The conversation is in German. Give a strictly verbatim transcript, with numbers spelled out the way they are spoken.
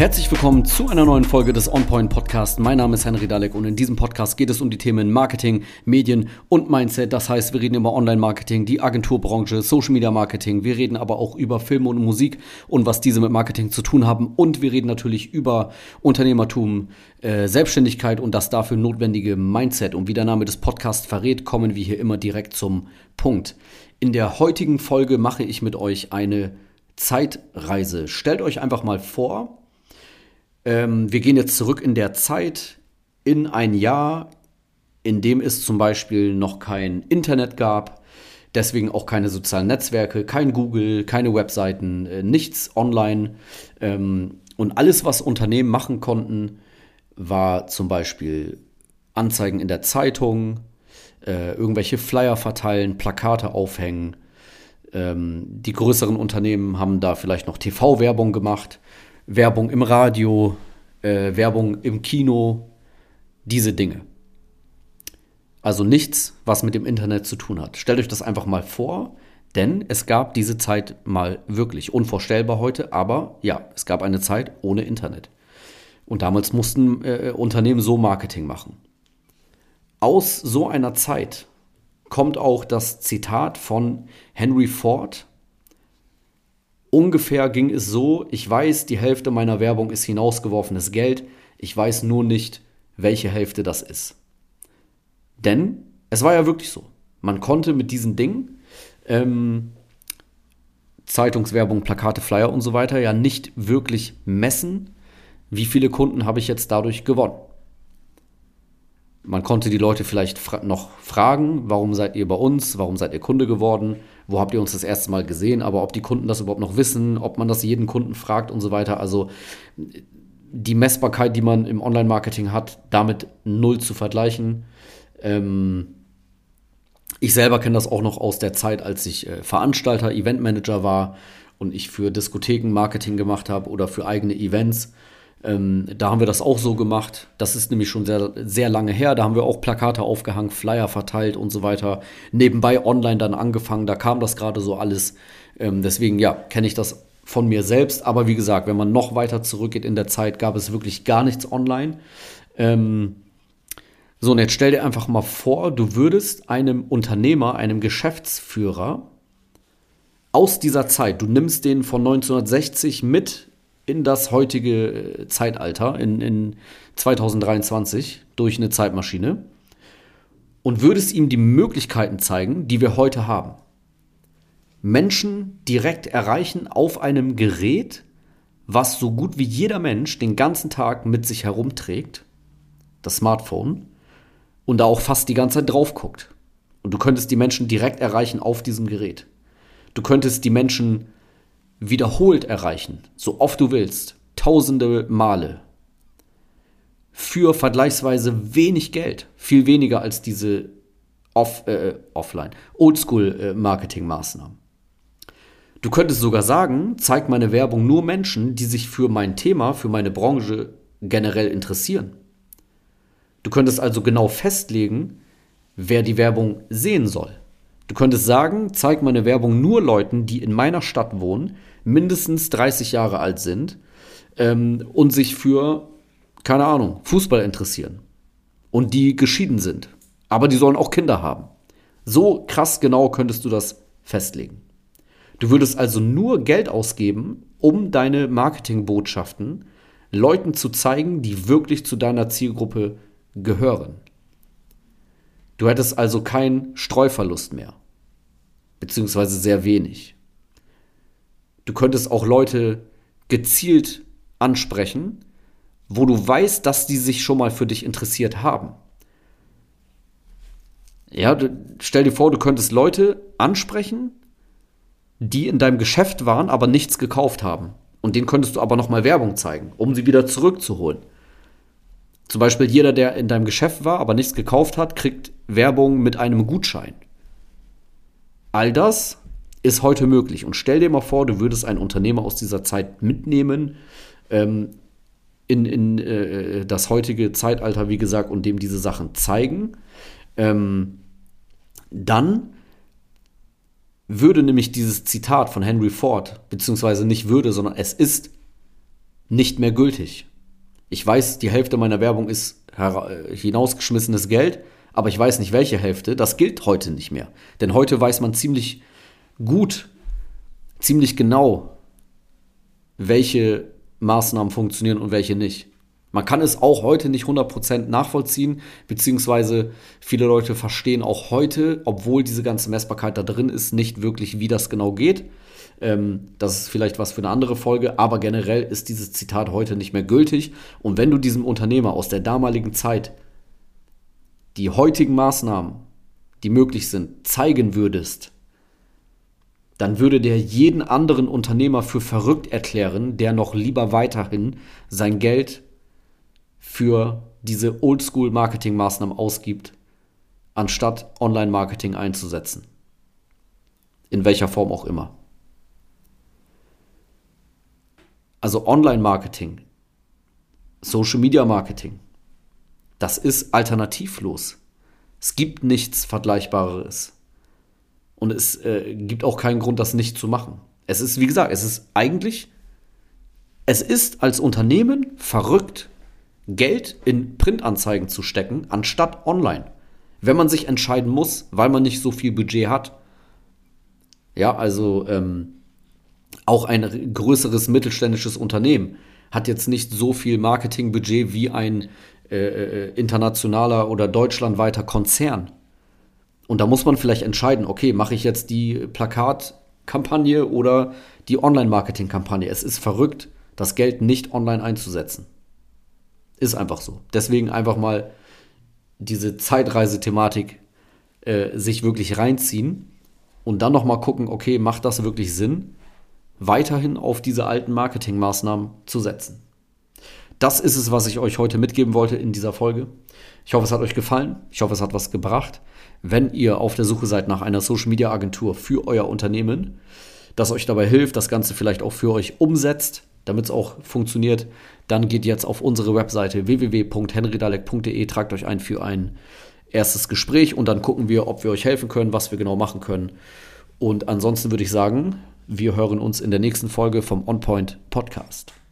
Herzlich willkommen zu einer neuen Folge des OnPoint Podcast. Mein Name ist Henry Dalek und in diesem Podcast geht es um die Themen Marketing, Medien und Mindset. Das heißt, wir reden über Online-Marketing, die Agenturbranche, Social-Media-Marketing. Wir reden aber auch über Film und Musik und was diese mit Marketing zu tun haben. Und wir reden natürlich über Unternehmertum, äh, Selbstständigkeit und das dafür notwendige Mindset. Und wie der Name des Podcasts verrät, kommen wir hier immer direkt zum Punkt. In der heutigen Folge mache ich mit euch eine Zeitreise. Stellt euch einfach mal vor, Ähm, wir gehen jetzt zurück in der Zeit, in ein Jahr, in dem es zum Beispiel noch kein Internet gab, deswegen auch keine sozialen Netzwerke, kein Google, keine Webseiten, äh, nichts online. Ähm, und alles, was Unternehmen machen konnten, war zum Beispiel Anzeigen in der Zeitung, äh, irgendwelche Flyer verteilen, Plakate aufhängen. Ähm, die größeren Unternehmen haben da vielleicht noch T V-Werbung gemacht. Werbung im Radio, äh, Werbung im Kino, diese Dinge. Also nichts, was mit dem Internet zu tun hat. Stellt euch das einfach mal vor, denn es gab diese Zeit mal wirklich. Unvorstellbar heute, aber ja, es gab eine Zeit ohne Internet. Und damals mussten äh, Unternehmen so Marketing machen. Aus so einer Zeit kommt auch das Zitat von Henry Ford. Ungefähr ging es so: Ich weiß, die Hälfte meiner Werbung ist hinausgeworfenes Geld. Ich weiß nur nicht, welche Hälfte das ist. Denn es war ja wirklich so. Man konnte mit diesen Dingen, ähm, Zeitungswerbung, Plakate, Flyer und so weiter, ja nicht wirklich messen, wie viele Kunden habe ich jetzt dadurch gewonnen. Man konnte die Leute vielleicht fra- noch fragen, warum seid ihr bei uns, warum seid ihr Kunde geworden, wo habt ihr uns das erste Mal gesehen, aber ob die Kunden das überhaupt noch wissen, ob man das jeden Kunden fragt und so weiter. Also die Messbarkeit, die man im Online-Marketing hat, damit null zu vergleichen. Ähm, ich selber kenne das auch noch aus der Zeit, als ich äh, Veranstalter, Eventmanager war und ich für Diskotheken Marketing gemacht habe oder für eigene Events. Ähm, da haben wir das auch so gemacht. Das ist nämlich schon sehr, sehr lange her. Da haben wir auch Plakate aufgehangen, Flyer verteilt und so weiter. Nebenbei online dann angefangen. Da kam das gerade so alles. Ähm, deswegen, ja, kenne ich das von mir selbst. Aber wie gesagt, wenn man noch weiter zurückgeht in der Zeit, gab es wirklich gar nichts online. Ähm, so, und jetzt stell dir einfach mal vor, du würdest einem Unternehmer, einem Geschäftsführer aus dieser Zeit, du nimmst den von neunzehnhundertsechzig mit in das heutige Zeitalter, in, in zwanzig dreiundzwanzig, durch eine Zeitmaschine und würdest ihm die Möglichkeiten zeigen, die wir heute haben. Menschen direkt erreichen auf einem Gerät, was so gut wie jeder Mensch den ganzen Tag mit sich herumträgt, das Smartphone, und da auch fast die ganze Zeit drauf guckt. Und du könntest die Menschen direkt erreichen auf diesem Gerät. Du könntest die Menschen wiederholt erreichen, so oft du willst, tausende Male, für vergleichsweise wenig Geld, viel weniger als diese off, äh, offline, Oldschool-Marketing-Maßnahmen. Du könntest sogar sagen, zeig meine Werbung nur Menschen, die sich für mein Thema, für meine Branche generell interessieren. Du könntest also genau festlegen, wer die Werbung sehen soll. Du könntest sagen, zeig meine Werbung nur Leuten, die in meiner Stadt wohnen, mindestens dreißig Jahre alt sind ähm, und sich für, keine Ahnung, Fußball interessieren. Und die geschieden sind. Aber die sollen auch Kinder haben. So krass genau könntest du das festlegen. Du würdest also nur Geld ausgeben, um deine Marketingbotschaften Leuten zu zeigen, die wirklich zu deiner Zielgruppe gehören. Du hättest also keinen Streuverlust mehr, beziehungsweise sehr wenig. Du könntest auch Leute gezielt ansprechen, wo du weißt, dass die sich schon mal für dich interessiert haben. Ja, du, stell dir vor, du könntest Leute ansprechen, die in deinem Geschäft waren, aber nichts gekauft haben. Und denen könntest du aber nochmal Werbung zeigen, um sie wieder zurückzuholen. Zum Beispiel jeder, der in deinem Geschäft war, aber nichts gekauft hat, kriegt Werbung mit einem Gutschein. All das ist heute möglich. Und stell dir mal vor, du würdest einen Unternehmer aus dieser Zeit mitnehmen ähm, in, in äh, das heutige Zeitalter, wie gesagt, und dem diese Sachen zeigen. Ähm, dann würde nämlich dieses Zitat von Henry Ford, beziehungsweise nicht würde, sondern es ist nicht mehr gültig. Ich weiß, die Hälfte meiner Werbung ist hinausgeschmissenes Geld, aber ich weiß nicht, welche Hälfte. Das gilt heute nicht mehr. Denn heute weiß man ziemlich gut, ziemlich genau, welche Maßnahmen funktionieren und welche nicht. Man kann es auch heute nicht hundert Prozent nachvollziehen, beziehungsweise viele Leute verstehen auch heute, obwohl diese ganze Messbarkeit da drin ist, nicht wirklich, wie das genau geht. Ähm, das ist vielleicht was für eine andere Folge, aber generell ist dieses Zitat heute nicht mehr gültig. Und wenn du diesem Unternehmer aus der damaligen Zeit die heutigen Maßnahmen, die möglich sind, zeigen würdest, dann würde der jeden anderen Unternehmer für verrückt erklären, der noch lieber weiterhin sein Geld für diese Oldschool-Marketing-Maßnahmen ausgibt, anstatt Online-Marketing einzusetzen. In welcher Form auch immer. Also Online-Marketing, Social-Media-Marketing, das ist alternativlos. Es gibt nichts Vergleichbares. Und es äh, gibt auch keinen Grund, das nicht zu machen. Es ist, wie gesagt, es ist eigentlich, es ist als Unternehmen verrückt, Geld in Printanzeigen zu stecken, anstatt online. Wenn man sich entscheiden muss, weil man nicht so viel Budget hat. Ja, also ähm, auch ein größeres mittelständisches Unternehmen hat jetzt nicht so viel Marketingbudget wie ein äh, internationaler oder deutschlandweiter Konzern. Und da muss man vielleicht entscheiden, okay, mache ich jetzt die Plakatkampagne oder die Online-Marketing-Kampagne. Es ist verrückt, das Geld nicht online einzusetzen. Ist einfach so. Deswegen einfach mal diese Zeitreise-Thematik äh, sich wirklich reinziehen und dann nochmal gucken, okay, macht das wirklich Sinn, weiterhin auf diese alten Marketingmaßnahmen zu setzen. Das ist es, was ich euch heute mitgeben wollte in dieser Folge. Ich hoffe, es hat euch gefallen. Ich hoffe, es hat was gebracht. Wenn ihr auf der Suche seid nach einer Social-Media-Agentur für euer Unternehmen, das euch dabei hilft, das Ganze vielleicht auch für euch umsetzt, damit es auch funktioniert, dann geht jetzt auf unsere Webseite w w w punkt henrydalek punkt d e, tragt euch ein für ein erstes Gespräch und dann gucken wir, ob wir euch helfen können, was wir genau machen können. Und ansonsten würde ich sagen, wir hören uns in der nächsten Folge vom OnPoint Podcast.